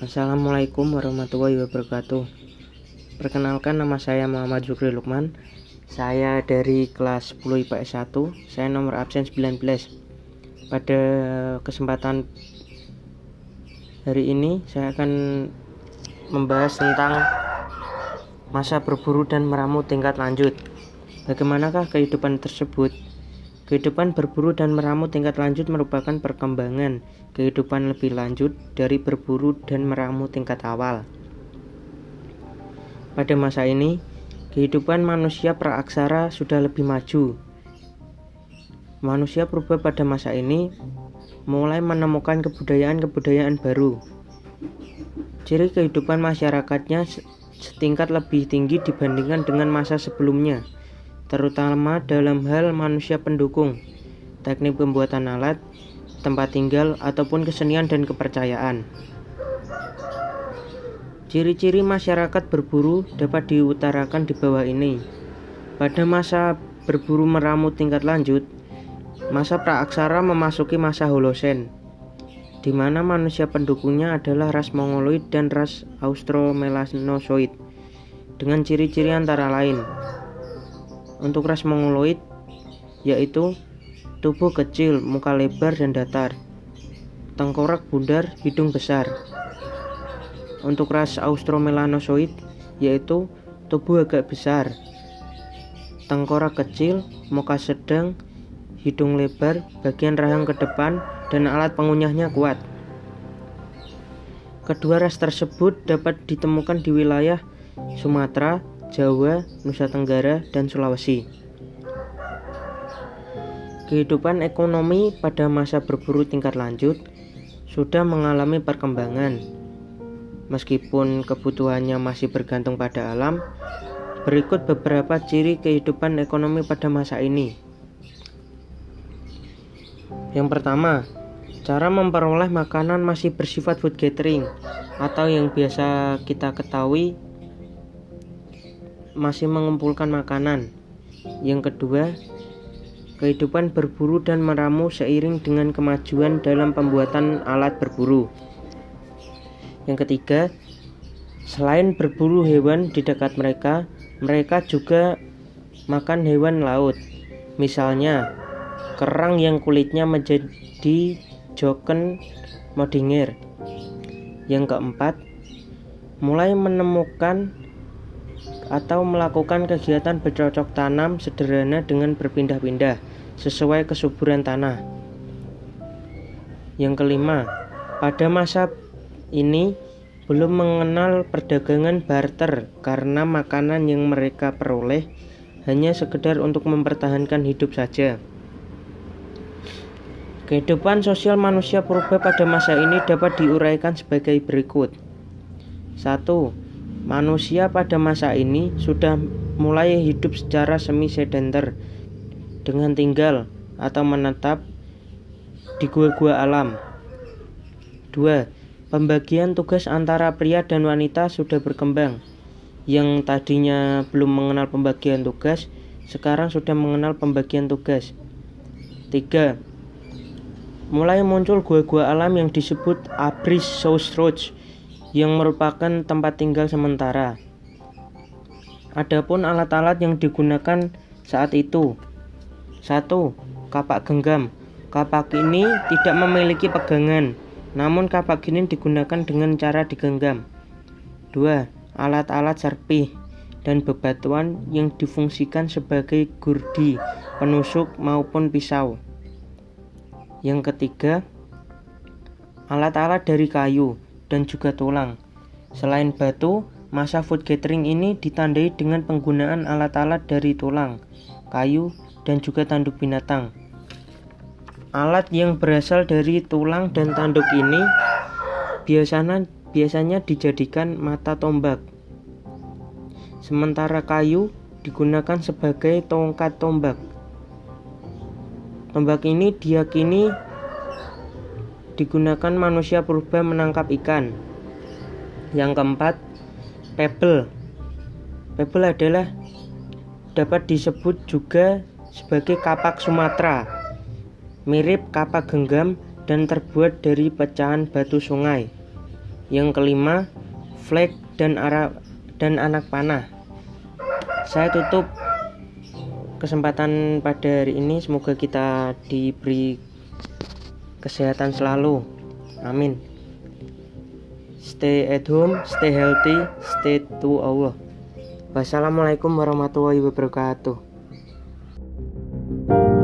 Assalamualaikum warahmatullahi wabarakatuh. Perkenalkan, nama saya Muhammad Zukri Lukman. Saya dari kelas 10 IPS 1. Saya nomor absen 19. Pada kesempatan hari ini saya akan membahas tentang masa berburu dan meramu tingkat lanjut. Bagaimanakah kehidupan tersebut? Kehidupan berburu dan meramu tingkat lanjut merupakan perkembangan kehidupan lebih lanjut dari berburu dan meramu tingkat awal. Pada masa ini, kehidupan manusia praaksara sudah lebih maju. Manusia purba pada masa ini mulai menemukan kebudayaan-kebudayaan baru. Ciri kehidupan masyarakatnya setingkat lebih tinggi dibandingkan dengan masa sebelumnya, terutama dalam hal manusia pendukung, teknik pembuatan alat, tempat tinggal, ataupun kesenian dan kepercayaan. Ciri-ciri masyarakat berburu dapat diutarakan di bawah ini. Pada masa berburu meramu tingkat lanjut, masa praaksara memasuki masa Holosen, di mana manusia pendukungnya adalah ras Mongoloid dan ras Austromelanozoid, dengan ciri-ciri antara lain. Untuk ras Mongoloid, yaitu tubuh kecil, muka lebar dan datar, tengkorak bundar, hidung besar. Untuk ras Austromelanozoid, yaitu tubuh agak besar, tengkorak kecil, muka sedang, hidung lebar, bagian rahang ke depan, dan alat pengunyahnya kuat. Kedua ras tersebut dapat ditemukan di wilayah Sumatera, Jawa, Nusa Tenggara, dan Sulawesi. Kehidupan ekonomi pada masa berburu tingkat lanjut sudah mengalami perkembangan. Meskipun kebutuhannya masih bergantung pada alam, berikut beberapa ciri kehidupan ekonomi pada masa ini. Yang pertama, cara memperoleh makanan masih bersifat food gathering, atau yang biasa kita ketahui masih mengumpulkan makanan. Yang kedua, kehidupan berburu dan meramu seiring dengan kemajuan dalam pembuatan alat berburu. Yang ketiga, selain berburu hewan di dekat mereka, mereka juga makan hewan laut. Misalnya, kerang yang kulitnya menjadi joken modinger. Yang keempat, mulai menemukan atau melakukan kegiatan bercocok tanam sederhana dengan berpindah-pindah sesuai kesuburan tanah. Yang kelima, pada masa ini belum mengenal perdagangan barter karena makanan yang mereka peroleh hanya sekedar untuk mempertahankan hidup saja. Kehidupan sosial manusia purba pada masa ini dapat diuraikan sebagai berikut. 1. Manusia pada masa ini sudah mulai hidup secara semi-sedenter dengan tinggal atau menetap di gua-gua alam. 2. Pembagian tugas antara pria dan wanita sudah berkembang. Yang tadinya belum mengenal pembagian tugas, sekarang sudah mengenal pembagian tugas. 3. Mulai muncul gua-gua alam yang disebut Abris Soustroch, yang merupakan tempat tinggal sementara. Adapun alat-alat yang digunakan saat itu. 1. Kapak genggam. Kapak ini tidak memiliki pegangan, namun kapak ini digunakan dengan cara digenggam. 2. Alat-alat serpih dan bebatuan yang difungsikan sebagai gurdi, penusuk maupun pisau. Yang ketiga, alat-alat dari kayu dan juga tulang. Selain batu, masa food gathering ini ditandai dengan penggunaan alat-alat dari tulang, kayu, dan juga tanduk binatang. Alat yang berasal dari tulang dan tanduk ini biasanya dijadikan mata tombak. Sementara kayu digunakan sebagai tongkat tombak. Tombak ini diyakini digunakan manusia purba menangkap ikan. Yang keempat, pebble. Pebble adalah dapat disebut juga sebagai kapak Sumatera, mirip kapak genggam dan terbuat dari pecahan batu sungai. Yang kelima, flag dan anak panah. Saya tutup kesempatan pada hari ini. Semoga kita diberi kesehatan selalu. Amin. Stay at home, stay healthy, stay to Allah. Wassalamualaikum warahmatullahi wabarakatuh.